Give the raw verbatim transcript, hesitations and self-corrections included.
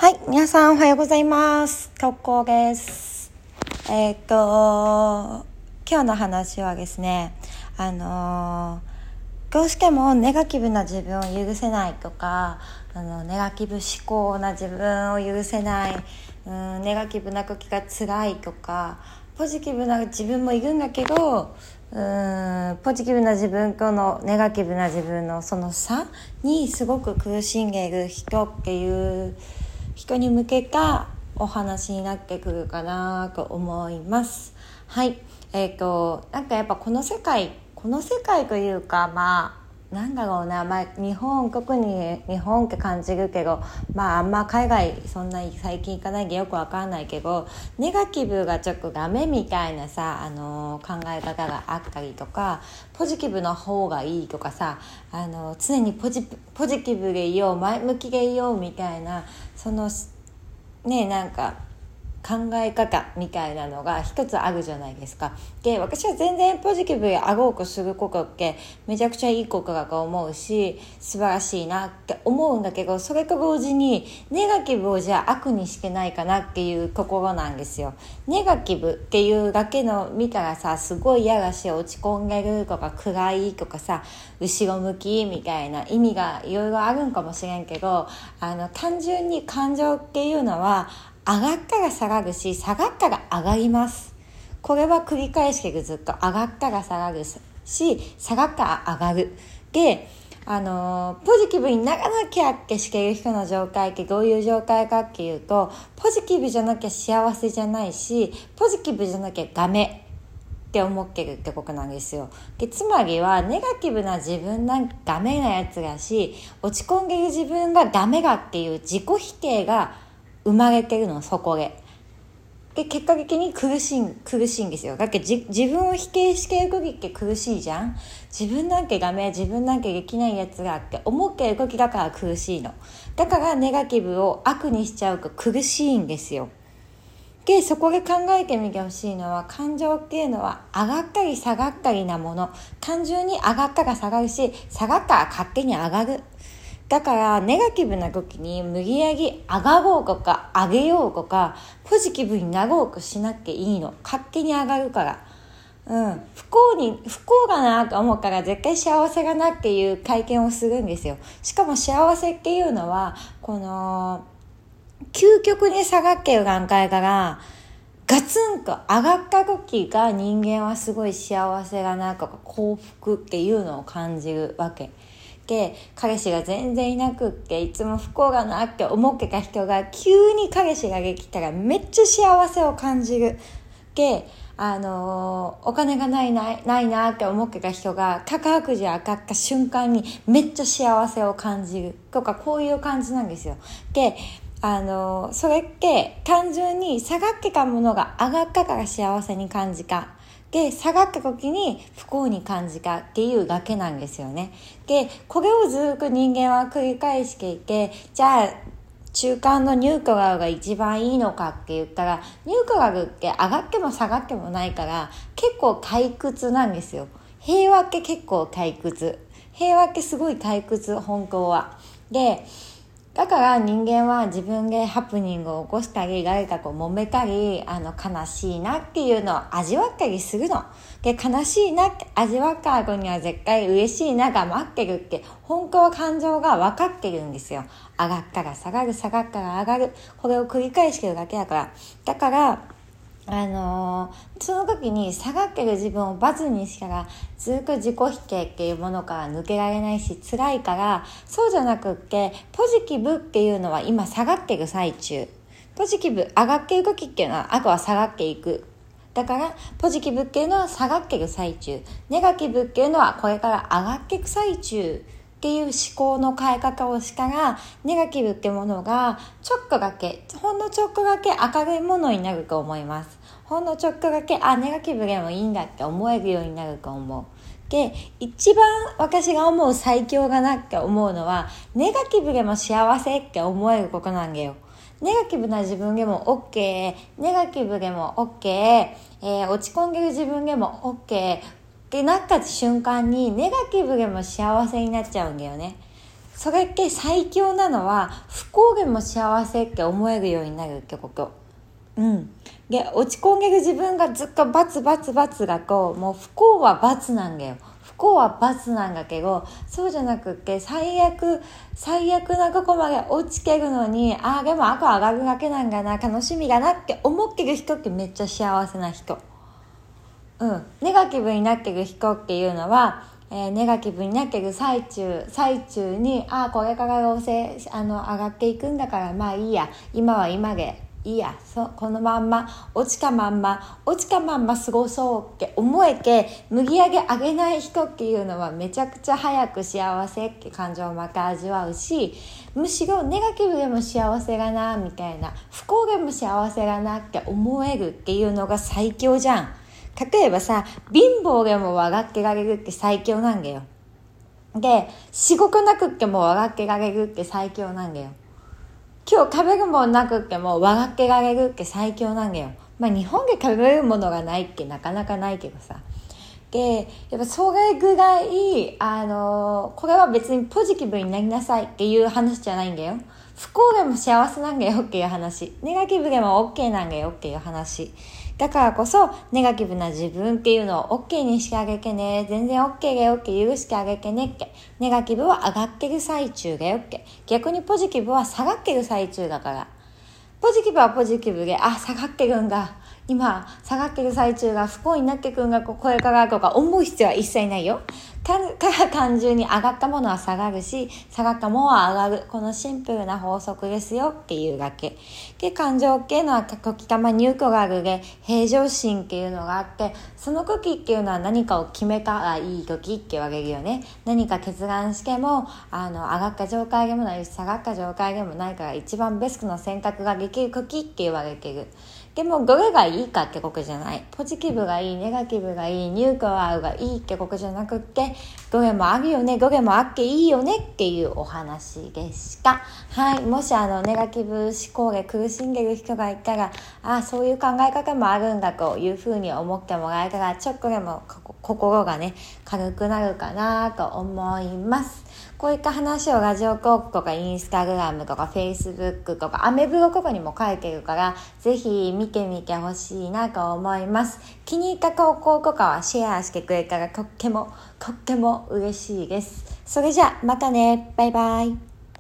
はい、皆さんおはようございます。極光です。えー、っと今日の話はですね、あのー、どうしてもネガティブな自分を許せないとか、あのネガティブ思考な自分を許せない、うん、ネガティブな時が辛いとか、ポジティブな自分もいるんだけど、うーんポジティブな自分とのネガティブな自分のその差にすごく苦しんでいる人っていう人に向けたお話になってくるかなと思います。はい、えーとなんかやっぱこの世界この世界というか、まあなんだろうな、まあ、日本特に日本って感じるけど、まああんま海外そんな最近行かないでよくわかんないけど、ネガティブがちょっとダメみたいなさ、あのー、考え方があったりとか、ポジティブの方がいいとかさ、あのー、常にポジ、ポジティブでいよう、前向きでいようみたいな、そのね、なんか考え方みたいなのが一つあるじゃないですか。で、私は全然ポジティブであろうとすることってめちゃくちゃいいことだと思うし、素晴らしいなって思うんだけど、それと同時にネガティブをじゃあ悪にしてないかなっていうところなんですよ。ネガティブっていうだけの見たらさ、すごい嫌だし、落ち込んでるとか暗いとかさ、後ろ向きみたいな意味がいろいろあるんかもしれんけど、あの単純に感情っていうのは上がったら下がるし、下がったら上がります。これは繰り返してずっと、上がったら下がるし、下がったら上がる。で、あのー、ポジティブにならなきゃってしている人の状態ってどういう状態かっていうと、ポジティブじゃなきゃ幸せじゃないし、ポジティブじゃなきゃダメって思ってるってことなんですよ。で、つまりはネガティブな自分なんかダメなやつだし、落ち込んでる自分がダメだっていう自己否定が生まれてるの、そこで。で、結果的に苦しい、苦しいんですよ。だって自分を否定してる時って苦しいじゃん。自分なんてダメ、自分なんてできないやつがって思ってる時だから苦しいの。だからネガティブを悪にしちゃうと苦しいんですよ。で、そこで考えてみてほしいのは、感情っていうのは上がったり下がったりなもの。単純に上がったら下がるし、下がったら勝手に上がる。だからネガティブな時に無理やり上がろうとか上げようとかポジティブになろうとしなきゃいいの。勝手に上がるから。うん、不幸に不幸だなと思うから絶対幸せだなっていう体験をするんですよ。しかも幸せっていうのはこの究極に下がってる段階からガツンと上がった時が人間はすごい幸せだなとか幸福っていうのを感じるわけ。彼氏が全然いなくっていつも不幸だなって思ってた人が急に彼氏ができたらめっちゃ幸せを感じる。で、あのー、お金がないな、ないなって思ってた人が宝くじ当たった瞬間にめっちゃ幸せを感じるとか、こういう感じなんですよ。で、あのー、それって単純に下がってたものが上がったから幸せに感じた。で、下がった時に不幸に感じたっていうだけなんですよね。で、これをずっと人間は繰り返していて、じゃあ中間のニュートラルが一番いいのかって言ったら、ニュートラルって上がっても下がってもないから結構退屈なんですよ。平和って結構退屈。平和ってすごい退屈、本当は。で、だから人間は自分でハプニングを起こしたり、誰かと揉めたり、あの悲しいなっていうのを味わったりするの。で、悲しいなって味わった後には絶対嬉しいなが待ってるって本当は感情が分かってるんですよ。上がったら下がる、下がったら上がる。これを繰り返してるだけだから。だからあのー、その時に下がってる自分を罰にしたらずっと自己否定っていうものから抜けられないし辛いから、そうじゃなくってポジティブっていうのは今下がってる最中。ポジティブ上がってる時っていうのはあとは下がっていく。だからポジティブっていうのは下がってる最中、ネガティブっていうのはこれから上がっていく最中っていう思考の変え方をしたら、ネガティブってものがちょっとだけ、ほんのちょっとだけ明るいものになると思います。ほんのちょっとだけ、あ、ネガティブでもいいんだって思えるようになると思う。で、一番私が思う最強だなって思うのは、ネガティブでも幸せって思えることなんだよ。ネガティブな自分でも OK、ネガティブでも OK、えー、落ち込んでる自分でも OKってなった瞬間にネガティブでも幸せになっちゃうんだよね。 それっけ最強なのは不幸でも幸せって思えるようになるってこと。うんで落ち込んでる自分がずっとバツバツバツがこうもう不幸はバツなんだよ。不幸はバツなんだけど、そうじゃなくって最悪最悪なとこまで落ちてるのに、ああでも赤上がるだけなんだな、楽しみだなって思ってる人ってめっちゃ幸せな人。うんネガティブになってる人っていうのは、えー、ネガティブになってる最中最中に、ああこれからどうせあの上がっていくんだからまあいいや、今は今でいいや、そこのまんま落ちたまんま落ちたまんま過ごそうって思えて麦上げ上げない人っていうのはめちゃくちゃ早く幸せって感情をまた味わうし、むしろネガティブでも幸せだなみたいな、不幸でも幸せだなって思えるっていうのが最強じゃん。例えばさ、貧乏でも笑ってられるって最強なんだよ。で仕事なくっても笑ってられるって最強なんだよ。今日食べるものなくっても笑ってられるって最強なんだよ。まあ日本で食べるものがないってなかなかないけどさ。でやっぱそれぐらいあのこれは別にポジティブになりなさいっていう話じゃないんだよ。不幸でも幸せなんだよっていう話、ネガティブでも OK なんだよっていう話だからこそ、ネガティブな自分っていうのを OK にしてあげてね、全然 OK だよって許してあげてねって。ネガティブは上がってる最中だよって。逆にポジティブは下がってる最中だから。ポジティブはポジティブで、あ下がってるんだ、今下がってる最中が不幸になってくんがこれからとか思う必要は一切ないよ。ただ単純に上がったものは下がるし、下がったものは上がる、このシンプルな法則ですよっていうだけで、感情っていうのは時たまニュートラルで平常心っていうのがあって、その時っていうのは何かを決めたらいい時って言われるよね。何か決断してもあの上がった状態でもないし下がった状態でもないから、一番ベストの選択ができる時って言われてる。でもどれがいいかってことじゃない。ポジティブがいい、ネガティブがいい、ニュートラルがいいってことじゃなくって、どれもあるよね、どれもあっていいよねっていうお話でした。はい、もしあのネガティブ思考で苦しんでる人がいたら、あそういう考え方もあるんだというふうに思ってもらえたら、ちょっとでも心がね軽くなるかなと思います。こういった話をラジオトークとかインスタグラムとかフェイスブックとかアメブロとかにも書いてるから、ぜひ見てみてほしいなと思います。気に入った投稿とかはシェアしてくれたらとってもとっても嬉しいです。それじゃまたね、バイバイ。